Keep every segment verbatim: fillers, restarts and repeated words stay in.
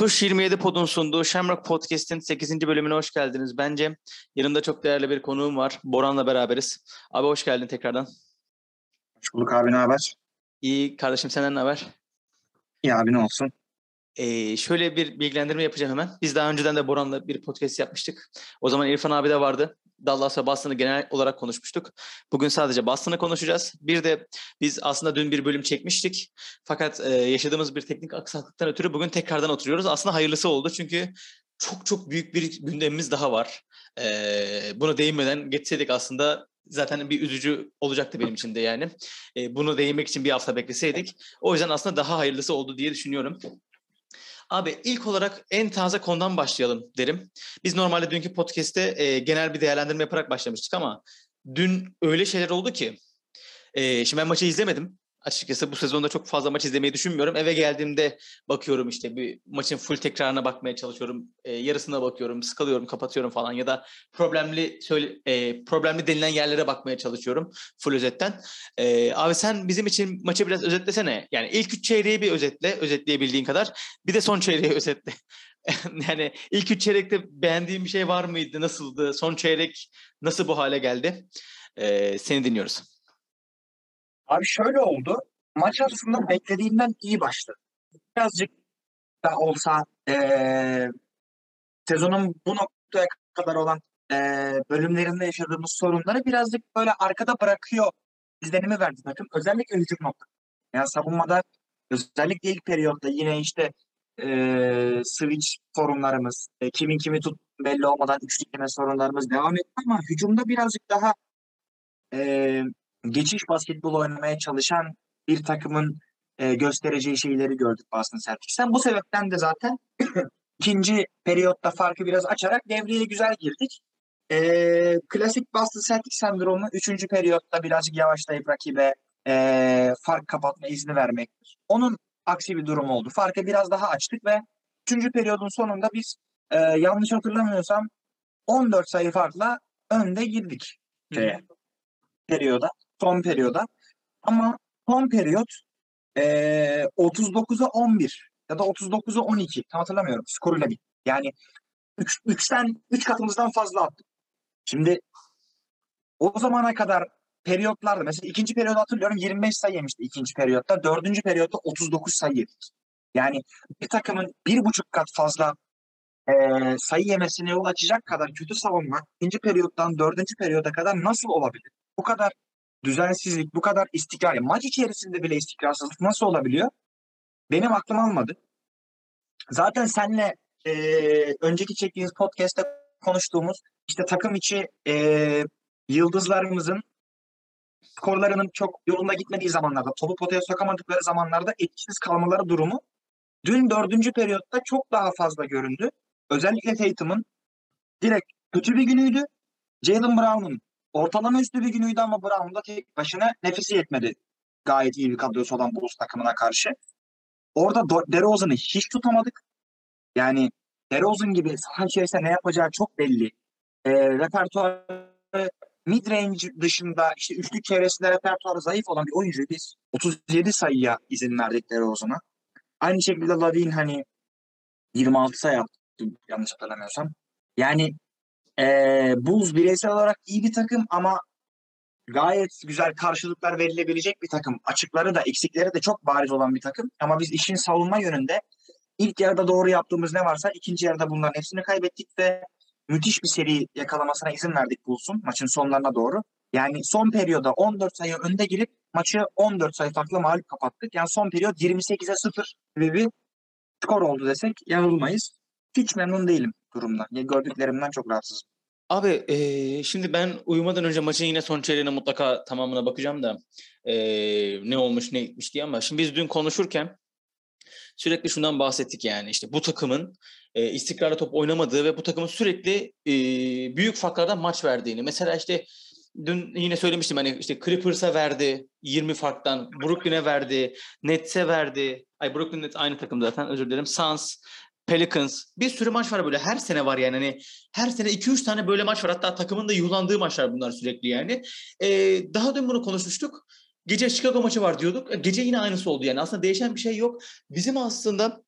Tuş yirmi yedi Pod'un sunduğu Shamrock Podcast'in sekizinci bölümüne hoş geldiniz. Bence yanımda çok değerli bir konuğum var. Boran'la beraberiz. Abi hoş geldin tekrardan. Hoş bulduk abi, ne haber? İyi kardeşim, senden ne haber? İyi abi, ne olsun? Ee, şöyle bir bilgilendirme yapacağım hemen. Biz daha önceden de Boran'la bir podcast yapmıştık. O zaman İrfan abi de vardı. Dallas ve Boston'ı genel olarak konuşmuştuk. Bugün sadece Boston'ı konuşacağız. Bir de biz aslında dün bir bölüm çekmiştik. Fakat e, yaşadığımız bir teknik aksaklıktan ötürü bugün tekrardan oturuyoruz. Aslında hayırlısı oldu çünkü çok çok büyük bir gündemimiz daha var. E, buna değinmeden geçseydik aslında zaten bir üzücü olacaktı benim için de yani. E, bunu değinmek için bir hafta bekleseydik. O yüzden aslında daha hayırlısı oldu diye düşünüyorum. Abi ilk olarak en taze konudan başlayalım derim. Biz normalde dünkü podcast'te e, genel bir değerlendirme yaparak başlamıştık ama dün öyle şeyler oldu ki e, şimdi ben maçı izlemedim. Açıkçası bu sezonda çok fazla maç izlemeyi düşünmüyorum. Eve geldiğimde bakıyorum işte bir maçın full tekrarına bakmaya çalışıyorum. E, yarısına bakıyorum, sıkılıyorum, kapatıyorum falan ya da problemli söyle, e, problemli denilen yerlere bakmaya çalışıyorum full özetten. E, abi sen bizim için maçı biraz özetlesene. Yani ilk üç çeyreği bir özetle, özetleyebildiğin kadar. Bir de son çeyreği özetle. Yani ilk üç çeyrekte beğendiğin bir şey var mıydı? Nasıldı? Son çeyrek nasıl bu hale geldi? E, seni dinliyoruz. Abi şöyle oldu. Maç aslında beklediğimden iyi başladı. Birazcık da olsa eee, sezonun bu noktaya kadar olan eee, bölümlerinde yaşadığımız sorunları birazcık böyle arkada bırakıyor izlenimi verdi takım. Özellikle hücum nokta. Yani savunmada özellikle ilk periyotta yine işte eee switch sorunlarımız, e, kimin kimi tut belli olmadan üçlük sorunlarımız devam etti ama hücumda birazcık daha e, geçiş basketbol oynamaya çalışan bir takımın e, göstereceği şeyleri gördük Boston Celtics'ten. Bu sebepten de zaten ikinci periyotta farkı biraz açarak devreye güzel girdik. E, klasik Boston Celtics sendromu üçüncü periyotta birazcık yavaşlayıp rakibe e, fark kapatma izni vermektir. Onun aksi bir durum oldu. Farkı biraz daha açtık ve üçüncü periyodun sonunda biz e, yanlış hatırlamıyorsam on dört sayı farkla önde girdik. Şeye, periyoda, son periyoda. Ama son periyot eee otuz dokuza on bir ya da otuz dokuza on iki tam hatırlamıyorum skoruyla bitti. Yani üç, üçten üç katımızdan fazla attık. Şimdi o zamana kadar periyotlarda mesela ikinci periyodu hatırlıyorum yirmi beş sayı yemişti ikinci periyotta. Dördüncü periyotta otuz dokuz sayı yedik. Yani bir takımın bir buçuk kat fazla eee, sayı yemesine yol açacak kadar kötü savunma ikinci periyottan dördüncü periyoda kadar nasıl olabilir? Bu kadar düzensizlik, bu kadar istikrar, yani maç içerisinde bile istikrarsızlık nasıl olabiliyor? Benim aklım almadı. Zaten seninle eee, önceki çektiğimiz podcast'te konuştuğumuz işte takım içi eee, yıldızlarımızın skorlarının çok yolunda gitmediği zamanlarda, topu potaya sokamadıkları zamanlarda etkisiz kalmaları durumu dün dördüncü periyotta çok daha fazla göründü. Özellikle Tatum'un direkt kötü bir günüydü. Jaylen Brown'un ortalama üstü bir günüydü ama Brown'un da tek başına nefesi yetmedi. Gayet iyi bir kadrosu olan Bulls takımına karşı. Orada Do- DeRozan'ı hiç tutamadık. Yani DeRozan gibi saha içerisinde ne yapacağı çok belli. E, repertuarı mid-range dışında işte üçlük çevresinde repertuarı zayıf olan bir oyuncuyu biz otuz yedi sayıya izin verdik DeRozan'a. Aynı şekilde Lavin hani yirmi altı sayı yaptı yanlış hatırlamıyorsam. Yani e, Bulls bireysel olarak iyi bir takım ama gayet güzel karşılıklar verilebilecek bir takım. Açıkları da eksikleri de çok bariz olan bir takım. Ama biz işin savunma yönünde ilk yarıda doğru yaptığımız ne varsa ikinci yarıda bunların hepsini kaybettik ve müthiş bir seri yakalamasına izin verdik Bulls'un maçın sonlarına doğru. Yani son periyoda on dört sayı önde girip maçı on dört sayı farklı mağlup kapattık. Yani son periyot yirmi sekize sıfır gibi bir skor oldu desek yanılmayız. Hiç memnun değilim durumdan. Ya gördüklerimden çok rahatsızım. Abi e, şimdi ben uyumadan önce maçın yine son çeyreğine mutlaka tamamına bakacağım da e, ne olmuş ne gitmiş diye ama şimdi biz dün konuşurken sürekli şundan bahsettik yani işte bu takımın e, istikrarlı top oynamadığı ve bu takımın sürekli e, büyük farklardan maç verdiğini. Mesela işte dün yine söylemiştim hani işte Clippers'a verdi yirmi farktan, Brooklyn'e verdi, Nets'e verdi. Ay Brooklyn Nets aynı takım zaten özür dilerim. Suns, Pelicans bir sürü maç var böyle her sene var yani hani her sene iki üç tane böyle maç var hatta takımın da yuhlandığı maçlar bunlar sürekli yani. Ee, daha dün bunu konuşmuştuk. Gece Chicago maçı var diyorduk. Gece yine aynısı oldu yani aslında değişen bir şey yok. Bizim aslında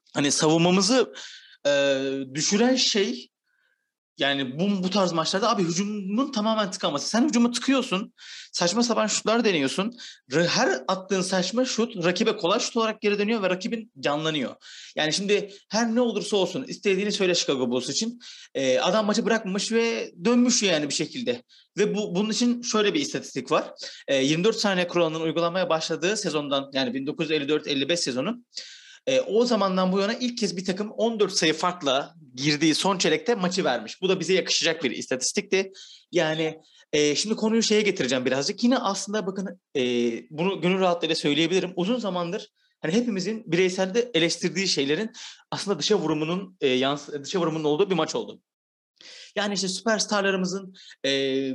hani savunmamızı e, düşüren şey, yani bu, bu tarz maçlarda abi hücumun tamamen tıkanması. Sen hücumu tıkıyorsun. Saçma sapan şutlar deniyorsun. Her attığın saçma şut rakibe kolay şut olarak geri dönüyor ve rakibin canlanıyor. Yani şimdi her ne olursa olsun istediğini söyle Chicago Bulls için. Ee, adam maçı bırakmamış ve dönmüş yani bir şekilde. Ve bu bunun için şöyle bir istatistik var. Ee, yirmi dört saniye kuralının uygulanmaya başladığı sezondan, yani bin dokuz yüz elli dört elli beş sezonu, e, o zamandan bu yana ilk kez bir takım on dört sayı farkla girdiği son çeyrekte maçı vermiş. Bu da bize yakışacak bir istatistikti. Yani e, şimdi konuyu şeye getireceğim birazcık. Yine aslında bakın, e, bunu gönül rahatlığıyla söyleyebilirim. Uzun zamandır hani hepimizin bireyselde eleştirdiği şeylerin aslında dışa vurumunun e, yans dışa vurumunun olduğu bir maç oldu. Yani işte süperstarlarımızın e,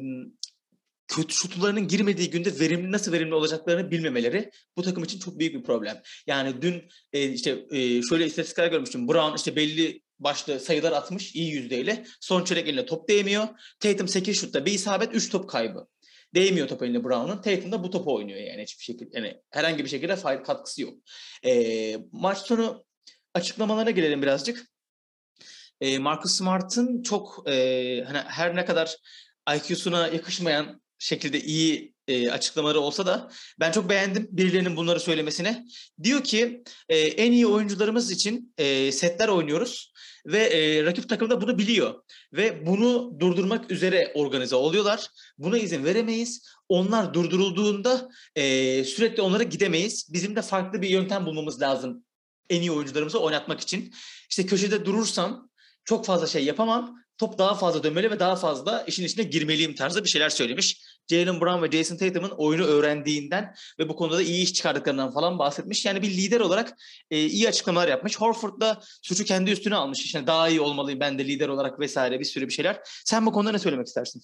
kötü şutlarının girmediği günde verimli nasıl verimli olacaklarını bilmemeleri bu takım için çok büyük bir problem. Yani dün e, işte e, şöyle istatistikler görmüştüm. Brown işte belli başlı sayılar atmış iyi yüzdeyle. Son çeyrek eline top değmiyor. Tatum sekiz şutta bir isabet, üç top kaybı. Değmiyor top eline Brown'un. Tatum da bu topu oynuyor yani hiçbir şekilde. Yani herhangi bir şekilde fayda katkısı yok. E, maç sonu açıklamalara gelelim birazcık. E, Marcus Smart'ın çok e, hani her ne kadar I Q'suna yakışmayan şekilde iyi e, açıklamaları olsa da ben çok beğendim birilerinin bunları söylemesine. Diyor ki e, en iyi oyuncularımız için e, setler oynuyoruz ve e, rakip takım da bunu biliyor ve bunu durdurmak üzere organize oluyorlar. Buna izin veremeyiz. Onlar durdurulduğunda e, sürekli onlara gidemeyiz. Bizim de farklı bir yöntem bulmamız lazım en iyi oyuncularımızı oynatmak için. İşte köşede durursam çok fazla şey yapamam. Top daha fazla dönmeli ve daha fazla işin içine girmeliyim tarzı bir şeyler söylemiş. Jaylen Brown ve Jason Tatum'un oyunu öğrendiğinden ve bu konuda da iyi iş çıkardıklarından falan bahsetmiş. Yani bir lider olarak e, iyi açıklamalar yapmış. Horford da suçu kendi üstüne almış. İşte daha iyi olmalıyım ben de lider olarak vesaire bir sürü bir şeyler. Sen bu konuda ne söylemek istersin?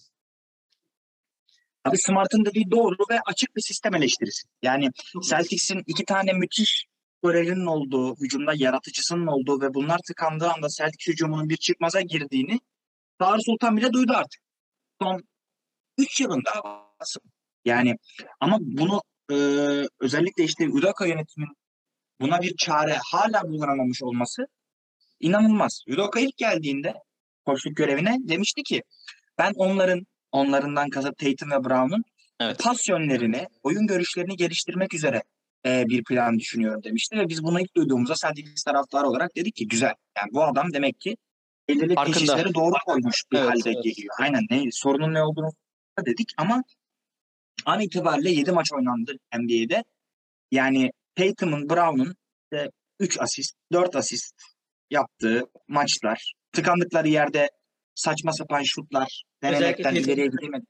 Abi Smart'ın dediği doğru ve açık bir sistem eleştirisi. Yani Çok net. Celtics'in iki tane müthiş görevinin olduğu, hücumda yaratıcısının olduğu ve bunlar tıkandığı anda Celtics hücumunun bir çıkmaza girdiğini Çağrı Sultan bile duydu artık. Son üç yılında yani, ama bunu e, özellikle işte Udoka yönetiminin buna bir çare hala bulunamamış olması inanılmaz. Udoka ilk geldiğinde koçluk görevine demişti ki ben onların onlarından kasıt Tatum ve Brown'un Evet. pas yönlerini, oyun görüşlerini geliştirmek üzere e, bir plan düşünüyorum demişti ve biz bunu ilk duyduğumuzda Celtics taraftarı olarak dedik ki güzel. Yani bu adam demek ki belirli Farkında. teşhisleri doğru koymuş bir Evet, halde evet. geliyor. Aynen, ne sorunun ne olduğunu dedik ama an itibariyle yedi maç oynandı N B A'de. Yani Tatum'un, Brown'un işte üç asist, dört asist yaptığı maçlar, tıkandıkları yerde saçma sapan şutlar Özellikle denemekten Tatum. ileriye gidemedi.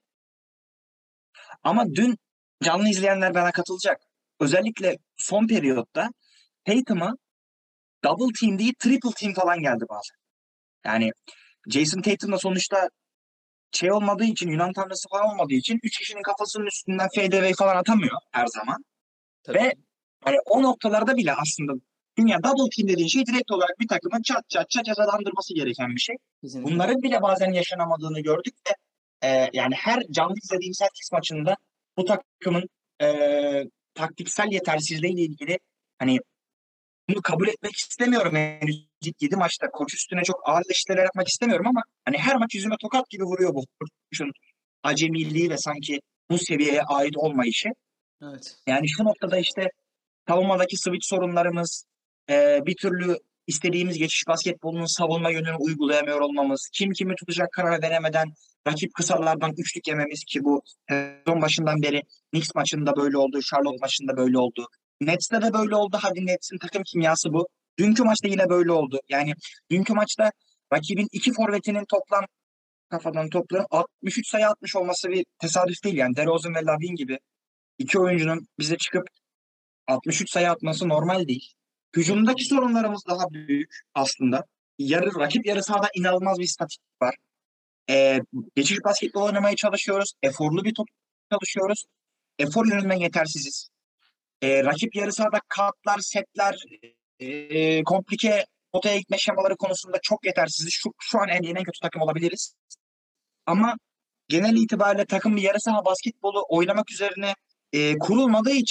Ama dün canlı izleyenler bana katılacak. Özellikle son periyotta Tatum'a double team değil triple team falan geldi bazen. Yani Jason Tatum'da sonuçta şey olmadığı için, Yunan tanrısı falan olmadığı için üç kişinin kafasının üstünden fadeaway falan atamıyor her zaman. Tabii Ve ki. hani o noktalarda bile aslında dünya double team dediğin şey direkt olarak bir takımın çat çat çat cezalandırması gereken bir şey. Kesinlikle. Bunların bile bazen yaşanamadığını gördük ve e, yani her canlı izlediğim Celtics maçında bu takımın e, taktiksel yetersizliğiyle ilgili hani bunu kabul etmek istemiyorum. Henüz ilk yedi maçta koç üstüne çok ağır eleştiriler yapmak istemiyorum ama hani her maç yüzüme tokat gibi vuruyor bu koçun acemiliği ve sanki bu seviyeye ait olmayışı. Evet. Yani şu noktada işte savunmadaki switch sorunlarımız, e, bir türlü istediğimiz geçiş basketbolunun savunma yönünü uygulayamıyor olmamız, kim kimi tutacak karar veremeden rakip kısalardan üçlük yememiz ki bu sezon başından beri Knicks maçında böyle oldu, Charlotte Evet. maçında böyle oldu. Nets'te de böyle oldu. Hadi Nets'in takım kimyası bu. Dünkü maçta yine böyle oldu. Yani dünkü maçta rakibin iki forvetinin toplam kafadan toplam altmış üç sayı atmış olması bir tesadüf değil. Yani DeRozan ve Lavin gibi iki oyuncunun bize çıkıp altmış üç sayı atması normal değil. Hücumdaki sorunlarımız daha büyük aslında. Yarı, rakip yarı sahada inanılmaz bir statik var. Ee, geçiş basketbol oynamaya çalışıyoruz. Eforlu bir top çalışıyoruz. Efor yönünden yetersiziz. Ee, rakip yarı sahada katlar, setler, e, komplike potaya gitme şemaları konusunda çok yetersiziz. Şu, şu an N B A'nin en kötü takım olabiliriz. Ama genel itibariyle takım bir yarı saha basketbolu oynamak üzerine e, kurulmadığı için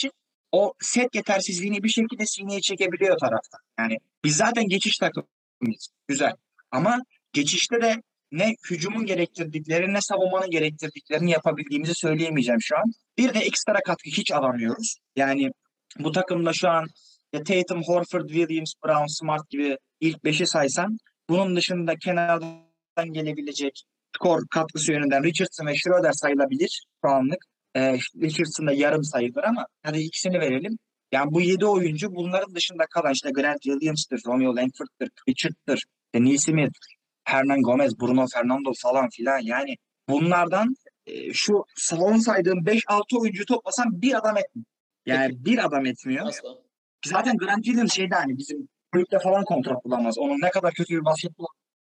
o set yetersizliğini bir şekilde sineye çekebiliyor taraftan. Yani biz zaten geçiş takımıyız. Güzel. Ama geçişte de ne hücumun gerektirdikleri ne savunmanın gerektirdiklerini yapabildiğimizi söyleyemeyeceğim şu an. Bir de ekstra katkı hiç alamıyoruz. Yani bu takımda şu an ya Tatum, Horford, Williams, Brown, Smart gibi ilk beşi saysan, bunun dışında kenardan gelebilecek skor katkısı yönünden Richardson ve Schroeder sayılabilir şu anlık. E, Richardson da yarım sayılır ama hadi ikisini verelim. Yani bu yedi oyuncu, bunların dışında kalan işte Grant Williams'tır, Romeo Langford'tır, Richard'tır, işte Neesmith, Hernan Gomez, Bruno Fernando falan filan. Yani bunlardan e, şu salon saydığım beş altı oyuncu toplasam bir adam etmiyor. Peki. Yani bir adam etmiyor. Asla. Zaten Grant Williams şeyde hani bizim kulüpte falan kontrat bulamaz. Onun ne kadar kötü bir basketbol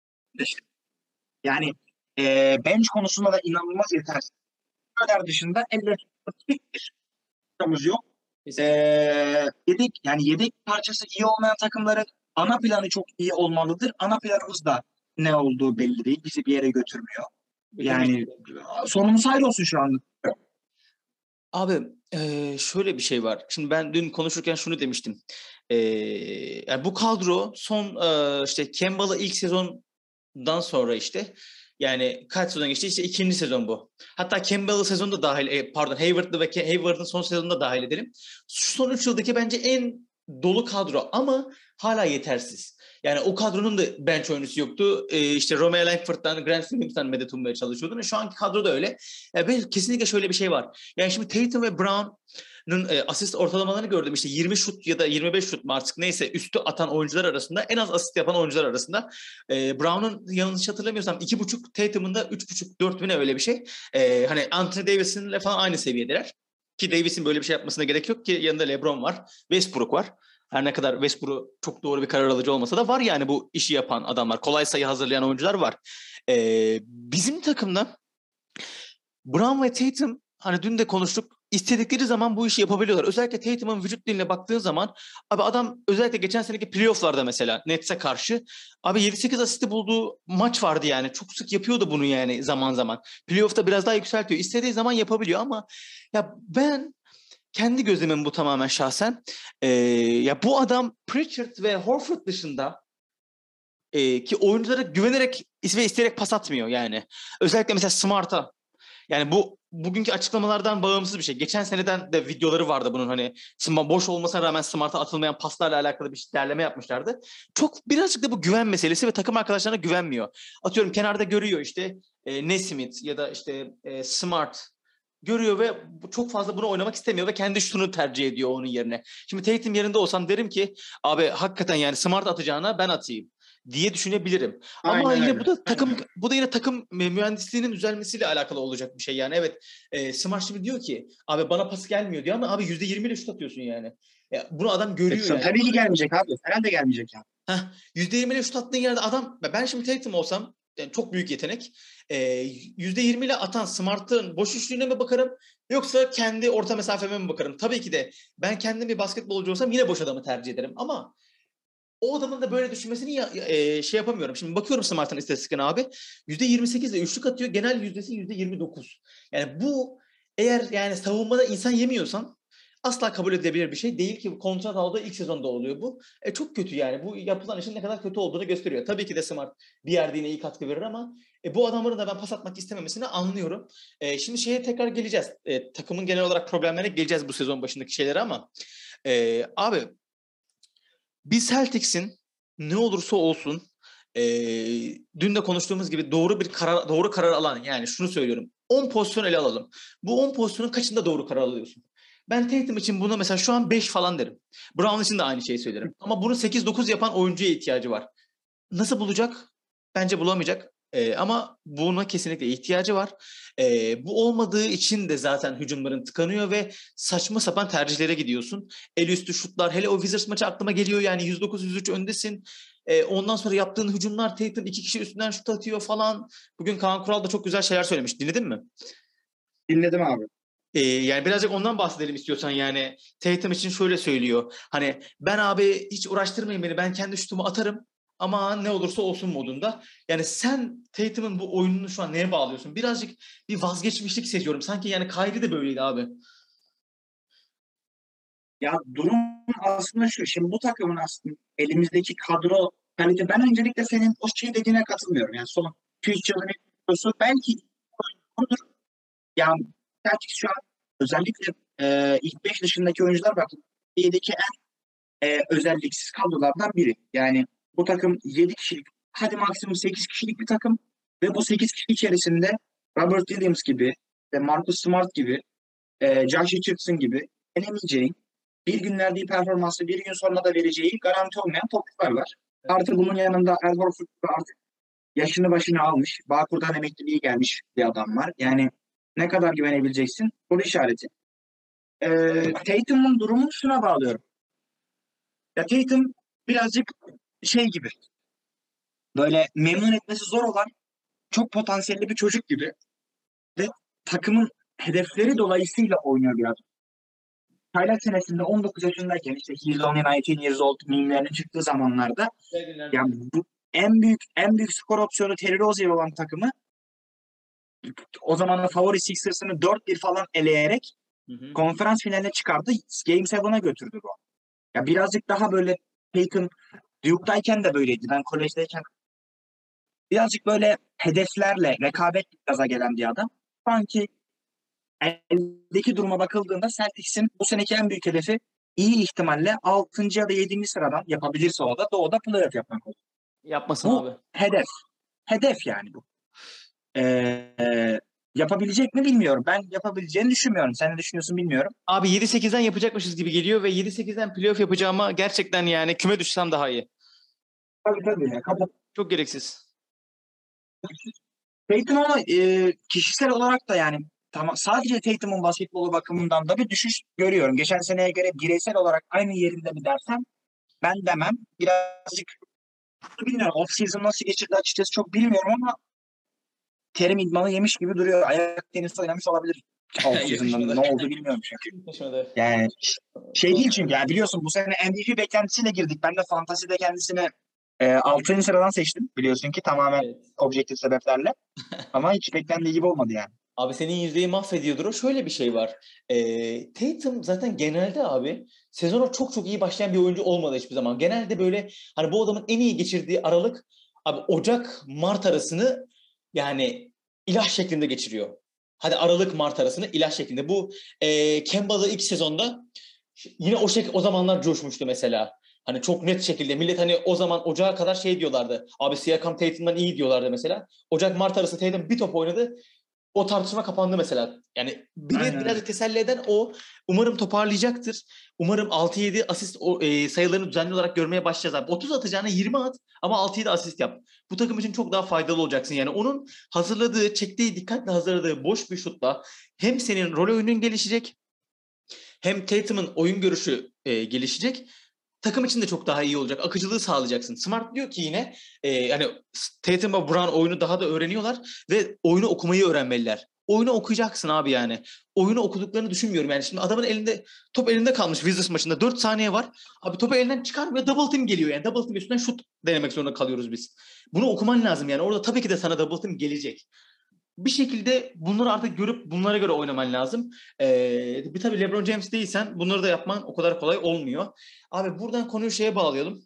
yani e, bench konusunda da inanılmaz yetersiz. Bu kadar dışında elde hiçbir takımımız yok. E, Kesinlikle. yedek yani yedek parçası iyi olmayan takımların ana planı çok iyi olmalıdır. Ana planımız da ne olduğu belli değil. Bizi bir yere götürmüyor. Yani Götürmeyecek. sonumuz hayır olsun şu anda. Abi eee, şöyle bir şey var. Şimdi ben dün konuşurken şunu demiştim. Eee, yani bu kadro son eee, işte Kemba'la ilk sezondan sonra işte yani kaç sezon geçti? İşte ikinci sezon bu. Hatta Kemba'lı sezonu da dahil, e, pardon Hayward'lı ve Ke- Hayward'ın son sezonunu da dahil edelim. Şu son üç yıldaki bence en dolu kadro ama hala yetersiz. Yani o kadronun da bench oyuncusu yoktu. Ee, işte Romeo Langford'dan, Grant Williams'tan medet ummaya çalışıyordun. E, şu anki kadroda öyle. Yani ben, kesinlikle şöyle bir şey var. Yani şimdi Tatum ve Brown'un e, asist ortalamalarını gördüm. İşte yirmi şut ya da yirmi beş şut mu artık neyse üstü atan oyuncular arasında, en az asist yapan oyuncular arasında. E, Brown'un yanlış hatırlamıyorsam iki buçuk, Tatum'un da üç buçuk dört bine öyle bir şey. E, hani Anthony Davis'inle falan aynı seviyedeler. Ki Davis'in böyle bir şey yapmasına gerek yok ki, yanında LeBron var, Westbrook var. Her ne kadar Westbrook çok doğru bir karar alıcı olmasa da var yani bu işi yapan adamlar. Kolay sayı hazırlayan oyuncular var. Ee, bizim takımda Brown ve Tatum, hani dün de konuştuk, istedikleri zaman bu işi yapabiliyorlar. Özellikle Tatum'un vücut diline baktığın zaman abi adam özellikle geçen seneki playoff'larda mesela Nets'e karşı abi yedi sekiz asisti bulduğu maç vardı yani. Çok sık yapıyordu bunu yani zaman zaman. Playoff'ta biraz daha yükseltiyor. İstediği zaman yapabiliyor ama ya ben kendi gözlemim bu tamamen şahsen. Ee, ya bu adam Pritchard ve Horford dışında e, ki oyunculara güvenerek ve isteyerek pas atmıyor yani. Özellikle mesela Smart'a. Yani bu bugünkü açıklamalardan bağımsız bir şey. Geçen seneden de videoları vardı bunun, hani boş olmasına rağmen Smart'a atılmayan paslarla alakalı bir derleme yapmışlardı. Çok birazcık da bu güven meselesi ve takım arkadaşlarına güvenmiyor. Atıyorum kenarda görüyor işte e, Nesmith ya da işte e, Smart görüyor ve çok fazla bunu oynamak istemiyor ve kendi şutunu tercih ediyor onun yerine. Şimdi Tatum yerinde olsam derim ki abi hakikaten yani Smart atacağına ben atayım diye düşünebilirim. Ama Aynen yine bu öyle. da takım bu da yine takım mühendisliğinin düzelmesiyle alakalı olacak bir şey yani. Evet, e, Smart şimdi diyor ki abi bana pas gelmiyor diyor ama abi yüzde yirmi ile şut atıyorsun yani. Ya, bunu adam E, görüyor yani. tabii ki gelmeyecek abi. Herhalde gelmeyecek yani. Heh, yüzde yirmi ile şut attığın yerde adam, ben şimdi Tatum olsam yani çok büyük yetenek. E, yüzde yirmi ile atan Smart'ın boş üçlüğüne mi bakarım yoksa kendi orta mesafeme mi bakarım? Tabii ki de ben kendim bir basketbolcu olsam yine boş adamı tercih ederim ama o adamın da böyle düşünmesini ya, e, şey yapamıyorum. Şimdi bakıyorum Smart'ın istatistikine abi. yüzde yirmi sekiz ile üçlük atıyor. Genel yüzdesi yüzde yirmi dokuz. Yani bu, eğer yani savunmada insan yemiyorsan asla kabul edilebilir bir şey değil ki, kontrat aldığı ilk sezonda oluyor bu. E, çok kötü yani. Bu yapılan işin ne kadar kötü olduğunu gösteriyor. Tabii ki de Smart bir yerde yine iyi katkı verir ama e, bu adamların da ben pas atmak istememesini anlıyorum. E, şimdi şeye tekrar geleceğiz. E, takımın genel olarak problemlerine geleceğiz bu sezon başındaki şeylere ama e, abi bir Celtics'in ne olursa olsun e, dün de konuştuğumuz gibi doğru bir karar doğru karar alan, yani şunu söylüyorum, on pozisyon ele alalım. Bu on pozisyonun kaçında doğru karar alıyorsun? Ben Tatum için bunu mesela şu an beş falan derim. Brown için de aynı şeyi söylerim. Ama bunu sekiz dokuz yapan oyuncuya ihtiyacı var. Nasıl bulacak? Bence bulamayacak. Ee, ama buna kesinlikle ihtiyacı var. Ee, bu olmadığı için de zaten hücumların tıkanıyor ve saçma sapan tercihlere gidiyorsun. El üstü şutlar. Hele o Wizards maçı aklıma geliyor. Yani yüz dokuz yüz üç öndesin. Ee, ondan sonra yaptığın hücumlar, Tatum iki kişi üstünden şut atıyor falan. Bugün Kaan Kural da çok güzel şeyler söylemiş. Dinledin mi? Dinledim abi. Ee, yani birazcık ondan bahsedelim istiyorsan yani. Tatum için şöyle söylüyor. Hani ben abi hiç uğraştırmayın beni, ben kendi şutumu atarım ama ne olursa olsun modunda. Yani sen Tatum'un bu oyununu şu an neye bağlıyorsun? Birazcık bir vazgeçmişlik seziyorum. Sanki yani Kyrie de böyleydi abi. Ya durum aslında şu. Şimdi bu takımın aslında elimizdeki kadro kalite. Ben öncelikle senin o şey dediğine katılmıyorum. Yani son iki üç yılın kadrosu belki olur. Yani Celtics şu an özellikle e, ilk beş dışındaki oyuncular bak Türkiye'deki en e, özelliksiz kadrolardan biri. Yani bu takım yedi kişilik, hadi maksimum sekiz kişilik bir takım ve bu sekiz kişi içerisinde Robert Williams gibi, ve Marcus Smart gibi, e, Josh Richardson gibi denemeyeceğin, bir gün verdiği performansı bir gün sonra da vereceği garanti olmayan topçular var. Artı bunun yanında Al Horford artık yaşını başını almış. Bağkur'dan emekliliğe gelmiş bir adam var. Yani ne kadar güvenebileceksin? Soru işareti. Ee, Tatum'un durumunu şuna bağlıyorum. Ya Tatum birazcık şey gibi, böyle memnun etmesi zor olan çok potansiyelli bir çocuk gibi ve takımın hedefleri dolayısıyla oynuyor biraz. Çaylak senesinde on dokuz yaşındayken işte he's only nineteen years old mimlerinin çıktığı zamanlarda yani bu en büyük en büyük skor opsiyonu Terry Rozier olan takımı o zamanın favori Sixers'ını dört bir falan eleyerek Hı hı. konferans finaline çıkardı. Game yediye götürdü bu. Ya birazcık daha böyle Tatum Duke'dayken de böyleydi. Ben kolejdeyken birazcık böyle hedeflerle, rekabetle gaza gelen bir adam. Sanki eldeki duruma bakıldığında Celtics'in bu seneki en büyük hedefi iyi ihtimalle altıncı ya da yedinci sıradan yapabilirse o da Doğu'da playoff yapmak olur. Yapmasın Bu abi. hedef. Hedef yani bu. Ee, yapabilecek mi bilmiyorum. Ben yapabileceğini düşünmüyorum. Sen ne düşünüyorsun bilmiyorum. Abi yedi sekizden yapacakmışız gibi geliyor ve yedi sekizden playoff yapacağıma gerçekten yani küme düşsem daha iyi. Tabii tabii. Ya. Kapat. Çok gereksiz. Tatum ama e, kişisel olarak da yani tamam, sadece Tatum'un basketbolu bakımından da bir düşüş görüyorum. Geçen seneye göre bireysel olarak aynı yerinde mi dersen ben demem. Birazcık bilmiyorum. Off season nasıl geçirdi açıkçası çok bilmiyorum ama terim idmanı yemiş gibi duruyor. Ayak tenisi oynamış olabilir off season'da. Yakışmadı. Ne oldu bilmiyorum çünkü. Yakışmadı. Yani şey değil çünkü yani biliyorsun bu sene M V P beklentisiyle girdik. Ben de Fantasy'de kendisini e, altıncı sıradan seçtim. Biliyorsun ki tamamen Evet. objektif sebeplerle. Ama hiç beklendiği gibi olmadı yani. Abi senin yüzdeyi mahvediyordur o. Şöyle bir şey var. Ee, Tatum zaten genelde abi sezona çok çok iyi başlayan bir oyuncu olmadı hiçbir zaman. Genelde böyle hani bu adamın en iyi geçirdiği aralık abi Ocak Mart arasını yani ilaç şeklinde geçiriyor. Hadi Aralık Mart arasını ilaç şeklinde. Bu e, Kemba'da ilk sezonda yine o şek o zamanlar coşmuştu mesela. Hani çok net şekilde millet hani o zaman Ocağa kadar şey diyorlardı. Abi Siakam Tatum'dan iyi diyorlardı mesela. Ocak Mart arası Tatum bir top oynadı. O tartışma kapandı mesela. Yani beni Aynen öyle. birazcık teselli eden o. Umarım toparlayacaktır. Umarım altı yedi asist o, e, sayılarını düzenli olarak görmeye başlayacağız abi. otuz atacağına yirmi at ama altı yedi asist yap. Bu takım için çok daha faydalı olacaksın. Yani onun hazırladığı, çektiği, dikkatle hazırladığı boş bir şutla hem senin rol oyunun gelişecek hem Tatum'un oyun görüşü e, gelişecek. Takım için de çok daha iyi olacak. Akıcılığı sağlayacaksın. Smart diyor ki yine e, yani Tatum ve Brown oyunu daha da öğreniyorlar ve oyunu okumayı öğrenmeliler. Oyunu okuyacaksın abi yani. Oyunu okuduklarını düşünmüyorum yani. Şimdi adamın elinde top elinde kalmış Wizards maçında. dört saniye var. Abi topu elinden çıkarmıyor. Double team geliyor yani. Double team üstünden şut denemek zorunda kalıyoruz biz. Bunu okuman lazım yani. Orada tabii ki de sana double team gelecek. Bir şekilde bunları artık görüp bunlara göre oynaman lazım. Ee, bir tabii LeBron James değilsen bunları da yapman o kadar kolay olmuyor. Abi buradan konuyu şeye bağlayalım.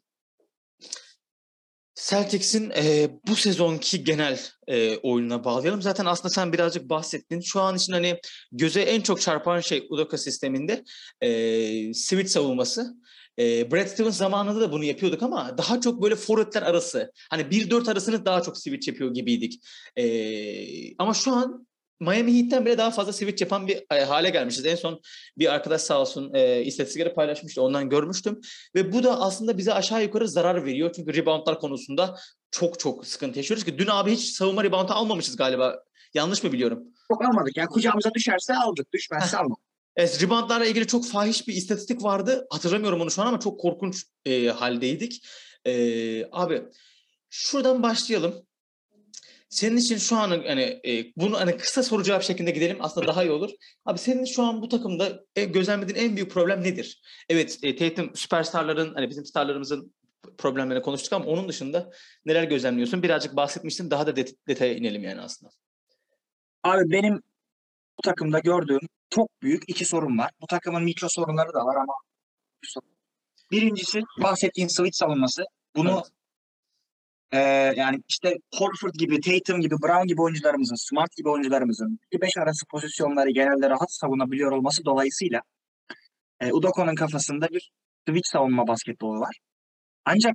Celtics'in e, bu sezonki genel e, oyununa bağlayalım. Zaten aslında sen birazcık bahsettin. Şu an için hani göze en çok çarpan şey Udoka sisteminde e, switch savunması. E, Brad Stevens zamanında da bunu yapıyorduk ama daha çok böyle forvetler arası. Hani bir dört arasını daha çok switch yapıyor gibiydik. E, ama şu an Miami Heat'ten bile daha fazla switch yapan bir e, hale gelmişiz. En son bir arkadaş sağ olsun e, istatistikleri paylaşmıştı. Ondan görmüştüm. Ve bu da aslında bize aşağı yukarı zarar veriyor. Çünkü reboundlar konusunda çok çok sıkıntı yaşıyoruz ki. Dün abi hiç savunma reboundu almamışız galiba. Yanlış mı biliyorum? Çok almadık. Yani kucağımıza düşerse aldık. Düşmezse almadık. Evet, reboundlarla ilgili çok fahiş bir istatistik vardı. Hatırlamıyorum onu şu an ama çok korkunç e, haldeydik. E, abi şuradan başlayalım. Senin için şu an hani e, bunu hani kısa soru cevap şeklinde gidelim aslında daha iyi olur. Abi senin şu an bu takımda e, gözlemlediğin en büyük problem nedir? Evet, e, Tatum süperstarların hani bizim starlarımızın problemlerini konuştuk ama onun dışında neler gözlemliyorsun? Birazcık bahsetmiştin. Daha da det- detaya inelim yani aslında. Abi benim bu takımda gördüğüm çok büyük iki sorun var. Bu takımın mikro sorunları da var ama Birincisi bahsettiğin switch savunması. Bunu Evet. e, yani işte Horford gibi, Tatum gibi, Brown gibi oyuncularımızın, Smart gibi oyuncularımızın bir beş arası pozisyonları genelde rahat savunabiliyor olması dolayısıyla e, Udoko'nun kafasında bir switch savunma basketbolu var. Ancak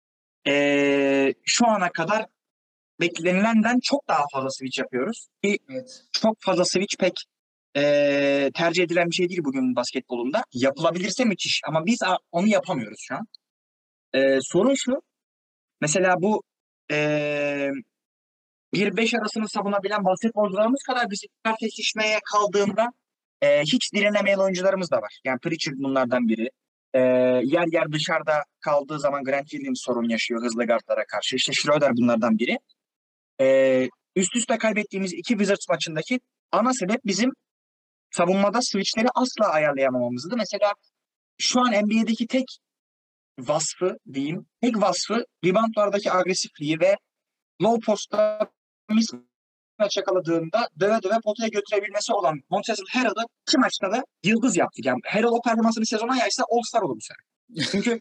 e, şu ana kadar beklenilenden çok daha fazla switch yapıyoruz. Ki Evet. çok fazla switch pek e, tercih edilen bir şey değil bugün basketbolunda. Yapılabilirse müthiş ama biz a- onu yapamıyoruz şu an. E, sorun şu, mesela bu e, bir beş arasını savunabilen basketbolcularımız kadar bizim eşleşmeye kaldığında e, hiç direnemeyen oyuncularımız da var. Yani Pritchard bunlardan biri. E, yer yer dışarıda kaldığı zaman Grant Williams sorun yaşıyor hızlı guardlara karşı. İşte Schroeder bunlardan biri. E, üst üste kaybettiğimiz iki Wizards maçındaki ana sebep bizim savunmada switchleri asla ayarlayamamamızdı. Mesela şu an N B A'deki tek vasfı diyeyim, tek vasfı reboundlardaki agresifliği ve low post'ta mismatch yakaladığında döve döve potaya götürebilmesi olan Montrezl Harrell'ı iki maçta da yıldız yaptık. Yani Harrell o performansını sezona yaysa All-Star olur bu sene. Çünkü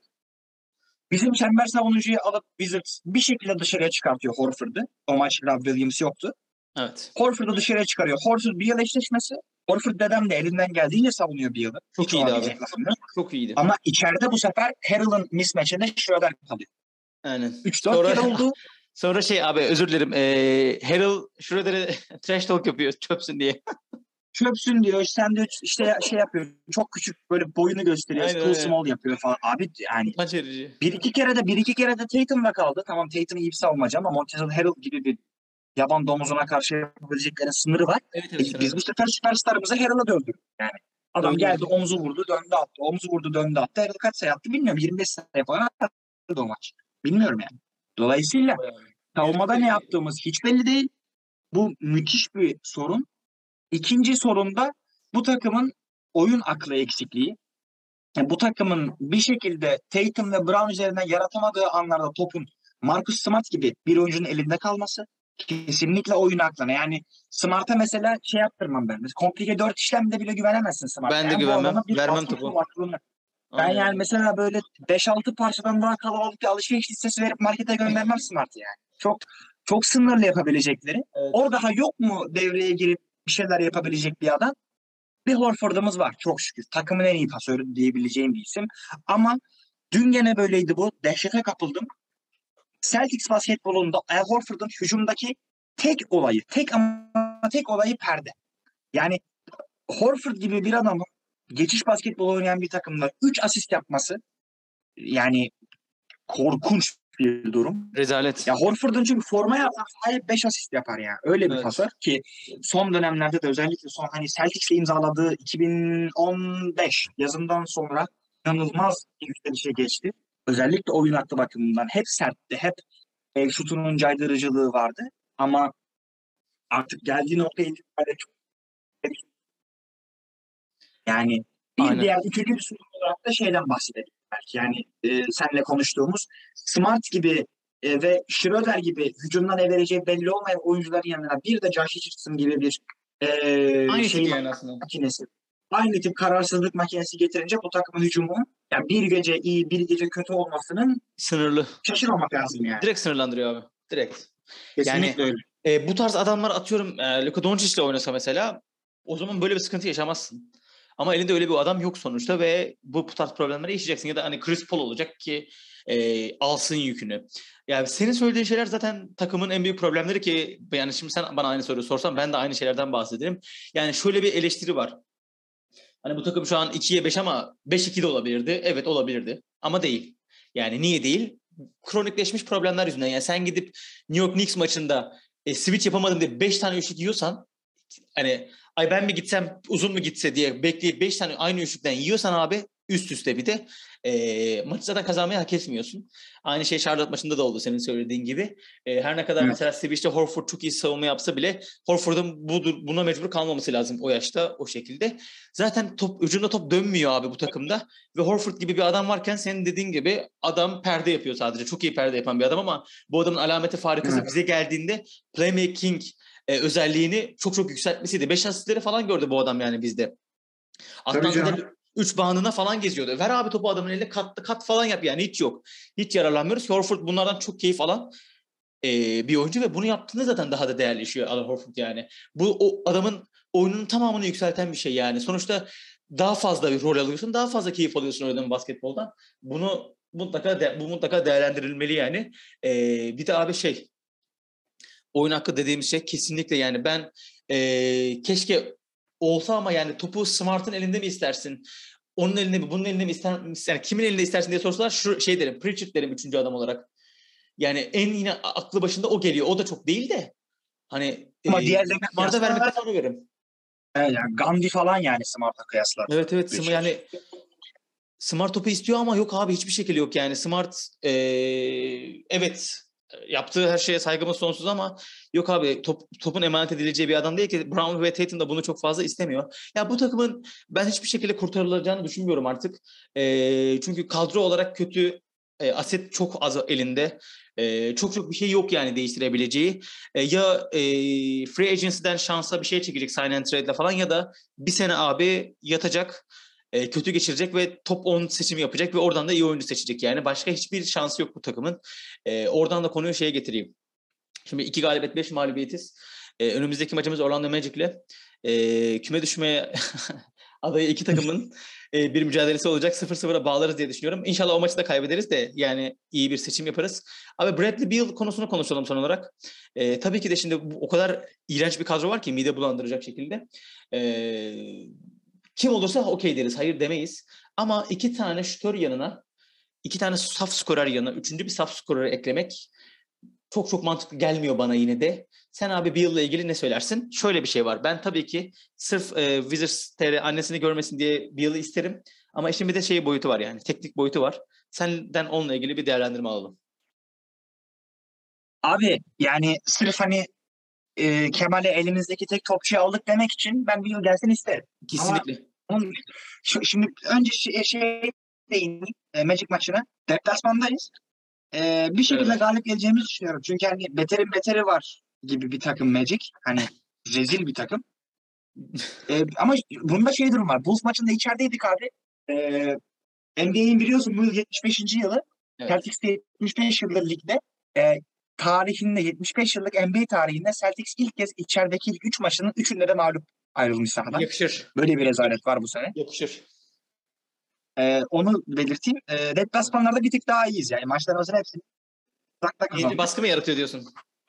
bizim çember savunucuyu alıp Wizards bir şekilde dışarıya çıkartıyor Horford'u. O maç Rob Williams yoktu. Evet. Horford'u dışarıya çıkarıyor. Horford bir yıl eşleşmesi. Horford dedem de elinden geldiğince savunuyor bir yılı. Çok Hiç iyiydi ona abi. diyecek lafım yok. Çok iyiydi. Ama içeride bu sefer Harrell'ın mismatch'inde Schroeder kalıyor. Aynen. üç dört Sonra kere oldu. sonra şey abi özür dilerim. Ee, Harrell Schroeder'e trash talk yapıyor çöpsün diye. Çöpsün diyor. Sen de işte şey yapıyor. Çok küçük böyle boyunu gösteriyor. Aynen Too aynen. small yapıyor falan. Abi yani Utanç verici. bir iki kere de bir iki kere de Tatum'la kaldı. Tamam Tatum'u iyi bir savunmacı ama Montrezl Harrell gibi bir yaban domuzuna karşı yapabileceklerin sınırı var. Evet E, evet biz sınırlı. bu sefer süperstarımızı Harrell'a döndürdük. Yani adam Dövdü. geldi omuzu vurdu döndü attı. Omuzu vurdu döndü attı. Harrell kaç sayı attı bilmiyorum. yirmi beş sayı falan attı o maç. Bilmiyorum yani. Dolayısıyla savunmada ne yaptığımız hiç belli değil. Bu müthiş bir sorun. İkinci sorun da bu takımın oyun aklı eksikliği. Yani bu takımın bir şekilde Tatum ve Brown üzerinden yaratamadığı anlarda topun Marcus Smart gibi bir oyuncunun elinde kalması kesinlikle oyun aklına. Yani Smart'a mesela şey yaptırmam ben. Mesela komplike dört işlemde bile güvenemezsin Smart'a. Ben de Yani bu güvenmem. adama bir Vermem basketbol topu. aklını. Ben Aynen yani öyle. mesela böyle beş altı parçadan daha kalabalık bir alışveriş listesi verip markete göndermem Smart'ı yani. Çok çok sınırlı yapabilecekleri. Evet. Orada ha yok mu devreye girip bir şeyler yapabilecek bir adam? Bir Horford'umuz var çok şükür. Takımın en iyi pasörü diyebileceğim bir isim. Ama dün gene böyleydi bu. Dehşete kapıldım. Celtics basketbolunda Al Horford'un hücumdaki tek olayı, tek ama tek olayı perde. Yani Horford gibi bir adamın geçiş basketbolu oynayan bir takımda üç asist yapması yani korkunç bir durum. Rezalet. Ya Horford'un çünkü formaya atan beş asist yapar ya. Öyle bir Evet. pasör ki son dönemlerde de özellikle son hani Celtics'le imzaladığı iki bin on beş yazından sonra inanılmaz bir yükselişe geçti. Özellikle oyun aklı bakımından hep sertti, hep e, şutunun caydırıcılığı vardı. Ama artık geldiği noktaya itibariyle çok yani bir Aynen. diğer üçüncü bir sorun olarak da şeyden bahsedelim belki. Yani e, seninle konuştuğumuz Smart gibi e, ve Schroeder gibi hücumdan ne vereceği belli olmayan oyuncuların yanına bir de Josh Richardson gibi bir e, Aynı tip şey yani aslında. makinesi. Aynı tip kararsızlık makinesi getirince bu takımın hücumu yani bir gece iyi bir gece kötü olmasının Sınırlı. şaşırmamak lazım yani. Direkt sınırlandırıyor abi. Direkt. Yani Kesinlikle öyle. e, bu tarz adamlar atıyorum e, Luka Doncic'le oynasa mesela o zaman böyle bir sıkıntı yaşamazsın. Ama elinde öyle bir adam yok sonuçta ve bu, bu tarz problemleri yaşayacaksın. Ya da hani Chris Paul olacak ki e, alsın yükünü. Yani senin söylediğin şeyler zaten takımın en büyük problemleri ki yani şimdi sen bana aynı soruyu sorsan ben de aynı şeylerden bahsederim. Yani şöyle bir eleştiri var. Hani bu takım şu an ikiye beş ama beş iki de olabilirdi. Evet olabilirdi ama değil. Yani niye değil? Kronikleşmiş problemler yüzünden. Yani sen gidip New York Knicks maçında e, switch yapamadım diye beş tane üçlük yiyorsan hani ay ben mi gitsem uzun mu gitse diye bekleyip beş tane aynı üçlükten yiyorsan abi üst üste bir de e, maçı zaten kazanmayı hak etmiyorsun. Aynı şey Charlotte maçında da oldu senin söylediğin gibi. E, her ne kadar Evet. mesela Switch'te Horford çok iyi savunma yapsa bile Horford'un bu, buna mecbur kalmaması lazım o yaşta o şekilde. Zaten top ucunda top dönmüyor abi bu takımda ve Horford gibi bir adam varken senin dediğin gibi adam perde yapıyor sadece. Çok iyi perde yapan bir adam ama bu adamın alameti farikası Evet. bize geldiğinde playmaking e, özelliğini çok çok yükseltmesiydi. beş asistleri falan gördü bu adam yani bizde. Tabii Atlanta'da canım. üç bandına falan geziyordu. Ver abi topu adamın eline, kat kat falan yap, yani hiç yok. Hiç yararlanmıyoruz. Horford bunlardan çok keyif alan e, bir oyuncu ve bunu yaptığında zaten daha da değerleşiyor Al Horford yani. Bu o adamın oyunun tamamını yükselten bir şey yani. Sonuçta daha fazla bir rol alıyorsun, daha fazla keyif alıyorsun oynadığın basketboldan. Bunu mutlaka de, bu mutlaka değerlendirilmeli yani. E, bir de abi şey, oyun hakkı dediğimiz şey kesinlikle yani ben e, keşke olsa ama yani topu Smart'ın elinde mi istersin? Onun elinde mi, bunun elinde mi ister misin? Yani kimin elinde istersin diye sorsalar şu şey derim. Pritchard derim üçüncü adam olarak. Yani en yine aklı başında o geliyor. O da çok değil de hani e, Ama diğerlerine Smart'a kıyasla vermekten onu veririm. evet, yani Gandhi falan yani Smart'a kıyasla. Evet evet Smart, Pritchard. yani Smart topu istiyor ama yok abi, hiçbir şekilde yok yani. Smart e, evet yaptığı her şeye saygımız sonsuz ama yok abi, top, topun emanet edileceği bir adam değil ki. Brown ve Tatum da bunu çok fazla istemiyor. Ya bu takımın ben hiçbir şekilde kurtarılacağını düşünmüyorum artık. E, çünkü kadro olarak kötü, e, aset çok az elinde. E, çok çok bir şey yok yani değiştirebileceği. E, ya e, free agency'den şansa bir şey çekecek sign and trade'le falan ya da bir sene abi yatacak, e, kötü geçirecek ve top on seçimi yapacak ve oradan da iyi oyuncu seçecek yani. Başka hiçbir şansı yok bu takımın. E, oradan da konuyu şeye getireyim. Şimdi iki galibiyet beş mağlubiyetiz. E, önümüzdeki maçımız Orlando Magic'le. E, küme düşmeye adayı iki takımın e, bir mücadelesi olacak. sıfır sıfıra bağlarız diye düşünüyorum. İnşallah o maçı da kaybederiz de yani iyi bir seçim yaparız. Abi Bradley Beal konusunu konuşalım son olarak. E, tabii ki de şimdi bu, o kadar iğrenç bir kadro var ki mide bulandıracak şekilde. E, kim olursa okey deriz, hayır demeyiz. Ama iki tane şutör yanına, iki tane saf skorer yanına, üçüncü bir saf skorer eklemek çok çok mantıklı gelmiyor bana yine de. Sen abi Beal'la ilgili ne söylersin? Şöyle bir şey var. Ben tabii ki sırf e, Wizards T R annesini görmesin diye Beal'ı isterim. Ama işin bir de şey boyutu var yani. Teknik boyutu var. Senden onunla ilgili bir değerlendirme alalım. Abi yani sırf hani e, Kemal'e elimizdeki tek topçuyu aldık demek için ben bir yıl gelsin isterim. Ama Kesinlikle. onun, şu, şimdi önce şey, şey değineyim, e, Magic maçına. Deplasmandayız. E, bir şekilde Evet. galip geleceğimizi düşünüyorum. Çünkü hani beterin beteri var gibi bir takım Magic. Hani rezil bir takım. E, ama bunda şey durum var. Bulls maçında içerideydik abi. E, N B A'in biliyorsun bu yıl yetmiş beşinci yılı. Evet. Celtics de yetmiş beş yıldır ligde. E, tarihinde yetmiş beş yıllık N B A tarihinde Celtics ilk kez içerideki ilk üç maçının üçünde de mağlup ayrılmış sahadan. Yakışır. Böyle bir rezalet var bu sene. Yakışır. E, onu belirteyim. E, deplasmanlarda bir tık daha iyiyiz. Yani maçlarımızın hepsini uzakta Yeni kazandık. baskı mı yaratıyor diyorsun?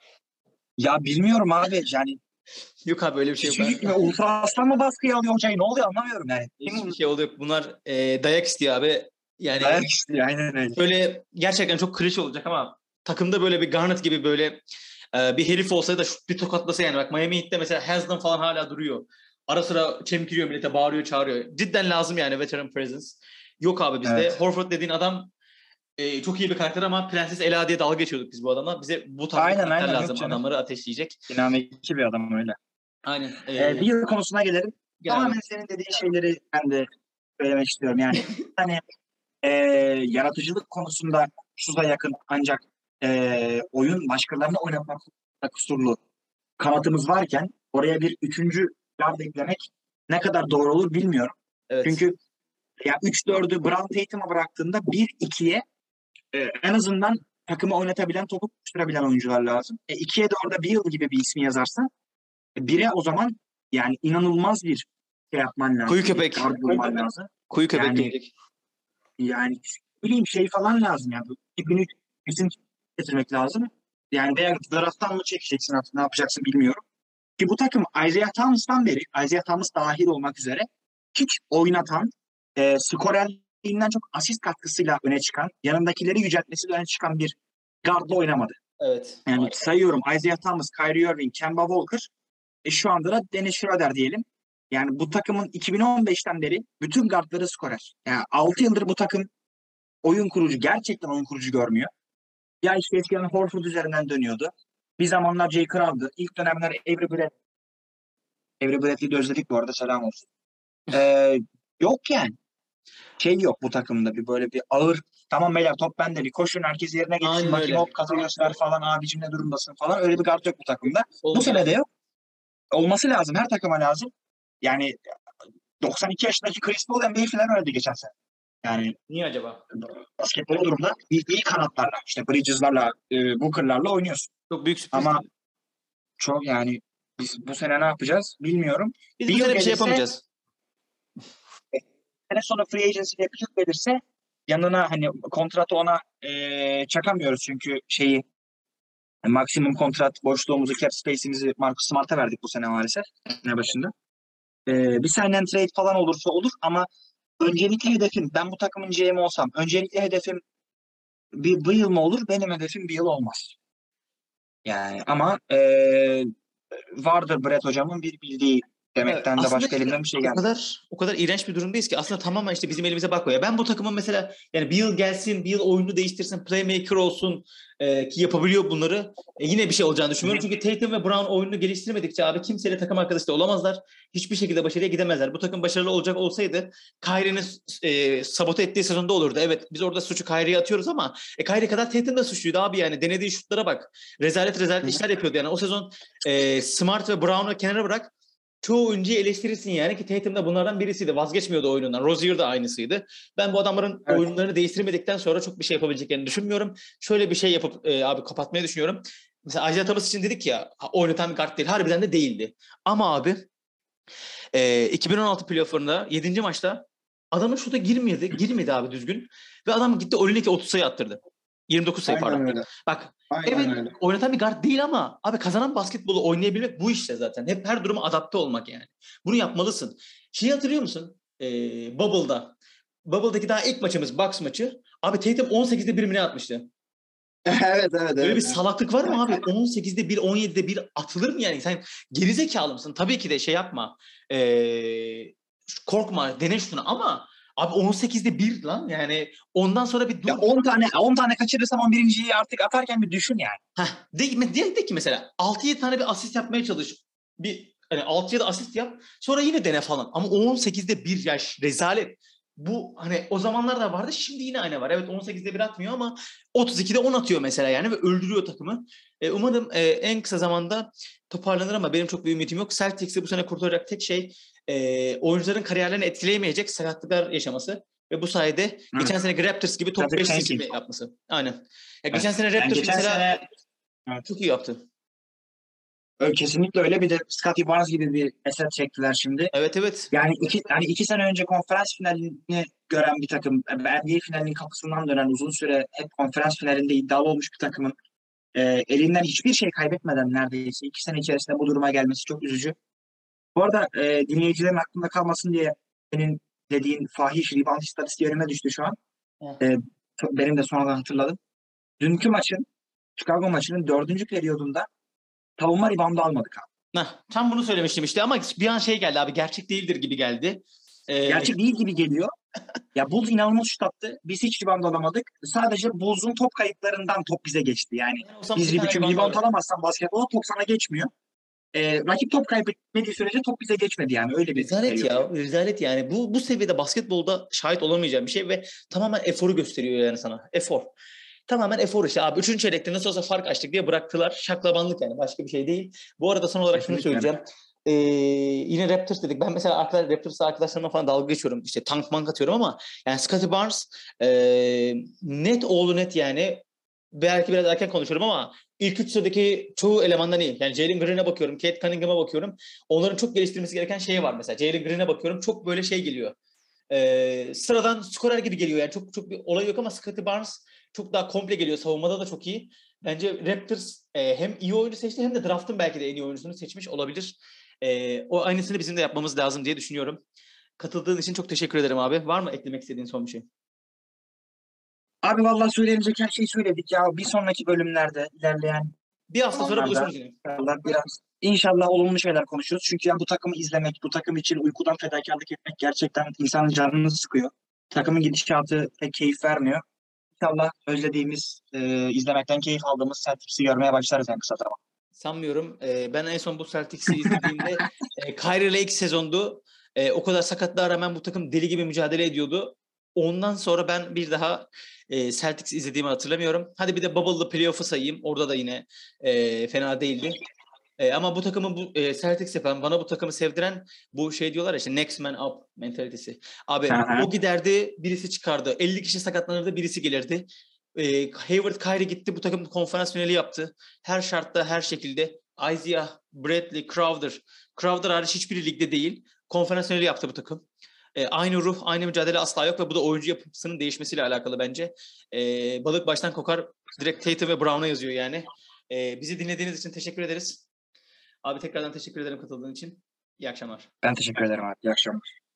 Ya bilmiyorum abi. Yani Yok abi, öyle bir şey yok. Ben küçücük mü? Ultra Aslan mı baskıya alıyor hocayı? Ne oluyor anlamıyorum yani. hiçbir Kim şey oluyor. Bunlar e, dayak istiyor abi. Yani dayak istiyor? Aynen öyle. böyle gerçekten çok klişe olacak ama takımda böyle bir Garnett gibi böyle e, bir herif olsa da şu, bir tokatlasa yani. Bak Miami Heat'te mesela Haslem falan hala duruyor. Ara sıra çemkiriyor millete, bağırıyor, çağırıyor. Cidden lazım yani veteran presence. Yok abi bizde. Evet. Horford dediğin adam e, çok iyi bir karakter ama Prenses Ela diye dalga geçiyorduk biz bu adamla. Bize bu tarz bir Aynen karakter aynen. Yok lazım. canım. Adamları ateşleyecek. Dinamikçi bir adam öyle. Aynen. Ee, E, bir yıl konusuna gelelim. gel abi. Tamamen senin dediğin şeyleri ben de söylemek istiyorum. Yani hani e, yaratıcılık konusunda kusuza yakın ancak e, oyun başkalarına oynatmakta kusurlu kanatımız varken oraya bir üçüncü guard eklemek ne kadar doğru olur bilmiyorum. Evet. Çünkü ya üç dördü Brown Tatum'a bıraktığında bir ikiye e, en azından takımı oynatabilen, topu koşturabilen oyuncular lazım. E, ikiye de orada Beal gibi bir ismi yazarsan bire o zaman yani inanılmaz bir şey yapman Kuyu lazım. Bir köpek. guard bulman lazım. Kuyu köpek Yani gelecek. yani bileyim şey falan lazım yani. iki bin üç isim getirmek lazım. Yani veya drafttan mı çekeceksin artık ne yapacaksın bilmiyorum. Ki bu takım Isaiah Thomas'tan beri, Isaiah Thomas dahil olmak üzere hiç oynatan, e, skorerliğinden çok asist katkısıyla öne çıkan, yanındakileri yüceltmesiyle öne çıkan bir guardla oynamadı. Evet. Yani Maalesef. sayıyorum Isaiah Thomas, Kyrie Irving, Kemba Walker, e şu anda da Dennis Schroeder diyelim. Yani bu takımın iki bin on beşten beri bütün guardları skorer. Yani altı yıldır bu takım oyun kurucu, gerçekten oyun kurucu görmüyor. Ya işte eskiden Horford üzerinden dönüyordu. Bir zamanlar Jay Crowder, ilk dönemler Avery Bradley. Avery Bradley'i de özledik bu arada, selam olsun. Ee, yok yani. Şey yok bu takımda bir böyle bir ağır, tamam beyler top bende bir koşun herkes yerine geçsin Aynen bakayım öyle. hop kazı göster falan abicim ne durumdasın falan, öyle bir guard yok bu takımda. Bu Olması sene de lazım. yok. Olması lazım, her takıma lazım. Yani doksan iki yaşındaki Chris Paul N B A falan oynadı geçen sene. Yani Niye acaba? basketbol durumda iyi, iyi kanatlarla, işte Bridges'larla, e, Booker'larla oynuyorsun. Çok büyük sürpriz. Ama çok yani biz bu sene ne yapacağız bilmiyorum. Biz Bir bu yıl sene bir şey gelirse, yapamayacağız. sene sonra free agency yapacak gelirse yanına hani kontratı ona e, çakamıyoruz çünkü şeyi maksimum kontrat boşluğumuzu, cap space'imizi Marcus Smart'a verdik bu sene maalesef. Sene başında. E, bir sign and trade falan olursa olur ama öncelikli hedefim, ben bu takımın G M olsam öncelikli hedefim bir, bir yıl mı olur? Benim hedefim bir yıl olmaz. Yani ama e, vardır Brett hocamın bir bildiği Evet, demekten de aslında başka işte elimden bir şey o gelmez. kadar o kadar iğrenç bir durumdayız ki aslında tamamen işte bizim elimize bakmıyor. Ben bu takımın mesela yani bir yıl gelsin, bir yıl oyunu değiştirsin, playmaker olsun e, ki yapabiliyor bunları. E, yine bir şey olacağını düşünmüyorum. Çünkü Tatum ve Brown oyununu geliştirmedikçe abi kimseyle takım arkadaşı da olamazlar. Hiçbir şekilde başarıya gidemezler. Bu takım başarılı olacak olsaydı Kyrie'nin e, sabote ettiği sezonda olurdu. Evet biz orada suçu Kyrie'ye atıyoruz ama e, Kyrie kadar Tatum da suçluydu abi yani. Denediği şutlara bak. Rezalet rezalet işler yapıyordu yani. O sezon e, Smart ve Brown'u kenara bırak. Çoğu oyuncuyu eleştirirsin yani ki Tatum da bunlardan birisiydi. Vazgeçmiyordu oyunundan. Rozier da aynısıydı. Ben bu adamların Evet. oyunlarını değiştirmedikten sonra çok bir şey yapabileceklerini düşünmüyorum. Şöyle bir şey yapıp e, abi kapatmayı düşünüyorum. Mesela Isaiah Thomas için dedik ya oynatan bir kart değil. Harbiden de değildi. Ama abi e, iki bin on altı playoff'larında yedinci maçta adamın şuta girmedi. Girmedi abi düzgün. Ve adam gitti Olynyk'e otuz sayı attırdı. yirmi dokuz sayı Aynen pardon. öyle. Bak Aynen evet öyle. oynatan bir guard değil ama abi kazanan basketbolu oynayabilmek bu işte zaten. Hep her duruma adapte olmak yani. Bunu yapmalısın. Şeyi hatırlıyor musun? Ee, Bubble'da. Bubble'daki daha ilk maçımız Bucks maçı. Abi Tatum on sekizde bir mi ne atmıştı? Evet evet Böyle bir evet. salaklık var mı abi? on sekizde bir, on yedide bir atılır mı yani? Sen gerizekalı mısın? Tabii ki de şey yapma. Ee, korkma, dene şunu ama abi on sekizde bir lan yani ondan sonra bir dur. Ya on tane on tane kaçırırsam on birinciyi artık atarken bir düşün yani. Heh, de, de, de ki mesela altı yedi tane bir asist yapmaya çalış. Bir hani altı yedi asist yap. Sonra yine dene falan. Ama on sekizde bir yaş rezalet. Bu hani o zamanlar da vardı. Şimdi yine aynı var. Evet on sekizde bir atmıyor ama otuz ikide on atıyor mesela yani ve öldürüyor takımı. E, umarım e, en kısa zamanda toparlanır ama benim çok bir ümidim yok. Celtics'i bu sene kurtaracak tek şey e, oyuncuların kariyerlerini etkileyemeyecek sakatlıklar yaşaması. Ve bu sayede evet. Geçen sene Raptors gibi top Tabii beş tanking. seçimi yapması. Aynen. Ya Evet. geçen sene Yani Raptors geçen mesela sene evet. çok iyi yaptı. Öyle, kesinlikle öyle. Bir de Scottie Barnes gibi bir eser çektiler şimdi. Evet evet. Yani iki, yani iki sene önce konferans finalini gören bir takım, N B A finalinin kapısından dönen uzun süre hep konferans finalinde iddialı olmuş bir takımın e, elinden hiçbir şey kaybetmeden neredeyse iki sene içerisinde bu duruma gelmesi çok üzücü. Bu arada e, dinleyicilerin aklında kalmasın diye senin dediğin fahiş rebound istatistiği önüme düştü şu an. E, benim de sonradan hatırladım. Dünkü maçın, Chicago maçının dördüncü periyodunda savunma reboundu almadık abi. Heh, tam bunu söylemiştim işte ama bir an şey geldi abi gerçek değildir gibi geldi. Ee, Gerçek değil gibi geliyor. Ya Bulls inanılmaz şut attı. Biz hiç rebound alamadık. Sadece Bulls'un top kayıplarından top bize geçti. Yani ben olsam biz bir tane çünkü rebound rebound alırım. alamazsan basketbola top sana geçmiyor. Ee, rakip top kaybetmediği sürece top bize geçmedi yani. Öyle bir Rezalet periyot. ya. Rezalet yani. Bu bu seviyede basketbolda şahit olamayacağım bir şey ve tamamen eforu gösteriyor yani sana. Efor. Tamamen efor işte abi. Üçüncü çeyrekte nasıl olsa fark açtık diye bıraktılar. Şaklabanlık yani. Başka bir şey değil. Bu arada son olarak şunu Kesinlikle. söyleyeceğim. Ee, yine Raptors dedik. Ben mesela arkadaş, Raptors'la arkadaşlarımla falan dalga geçiyorum. İşte tank mank atıyorum ama yani Scottie Barnes e, net oğlu net yani. Belki biraz erken konuşuyorum ama ilk üç sıradaki çoğu elemandan iyi. Yani Jalen Green'e bakıyorum, Cade Cunningham'a bakıyorum. Onların çok geliştirmesi gereken şey var mesela. Jalen Green'e bakıyorum. Çok böyle şey geliyor. Ee, sıradan skorer gibi geliyor. Yani çok çok bir olay yok ama Scottie Barnes çok daha komple geliyor. Savunmada da çok iyi. Bence Raptors e, hem iyi oyuncu seçti hem de draft'ın belki de en iyi oyuncusunu seçmiş olabilir. E, o aynısını bizim de yapmamız lazım diye düşünüyorum. Katıldığın için çok teşekkür ederim abi. Var mı eklemek istediğin son bir şey? Abi vallahi söylenecek her şeyi söyledik ya. Bir sonraki bölümlerde ilerleyen Bir hafta sonra zamanlarda buluşuruz yine. inşallah biraz inşallah olumlu şeyler konuşuruz. Çünkü ya bu takımı izlemek, bu takım için uykudan fedakarlık etmek gerçekten insanın canını sıkıyor. Takımın gidişatı pek keyif vermiyor. İnşallah özlediğimiz, e, izlemekten keyif aldığımız Celtics'i görmeye başlarız en kısa zamanda. Sanmıyorum. Ee, ben en son bu Celtics'i izlediğimde e, Kyrie ile ilk sezondu. E, o kadar sakatlığa rağmen bu takım deli gibi mücadele ediyordu. Ondan sonra ben bir daha e, Celtics izlediğimi hatırlamıyorum. Hadi bir de Bubble'lı playoff'u sayayım. Orada da yine e, fena değildi. E, ama bu takımı bu e, Celtics yapan, bana bu takımı sevdiren bu şey diyorlar ya işte next man up mentalitesi. Abi Hı hı. o giderdi, birisi çıkardı. elli kişi sakatlanırdı, birisi gelirdi. E, Hayward, Kyrie gitti, bu takım konferans finali yaptı. Her şartta, her şekilde. Isaiah, Bradley, Crowder. Crowder hariç hiçbiri ligde değil. Konferans finali yaptı bu takım. E, aynı ruh, aynı mücadele asla yok ve bu da oyuncu yapısının değişmesiyle alakalı bence. E, balık baştan kokar, direkt Tatum ve Brown'a yazıyor yani. E, bizi dinlediğiniz için teşekkür ederiz. Abi tekrardan teşekkür ederim katıldığın için. İyi akşamlar. Ben teşekkür ederim abi. İyi akşamlar.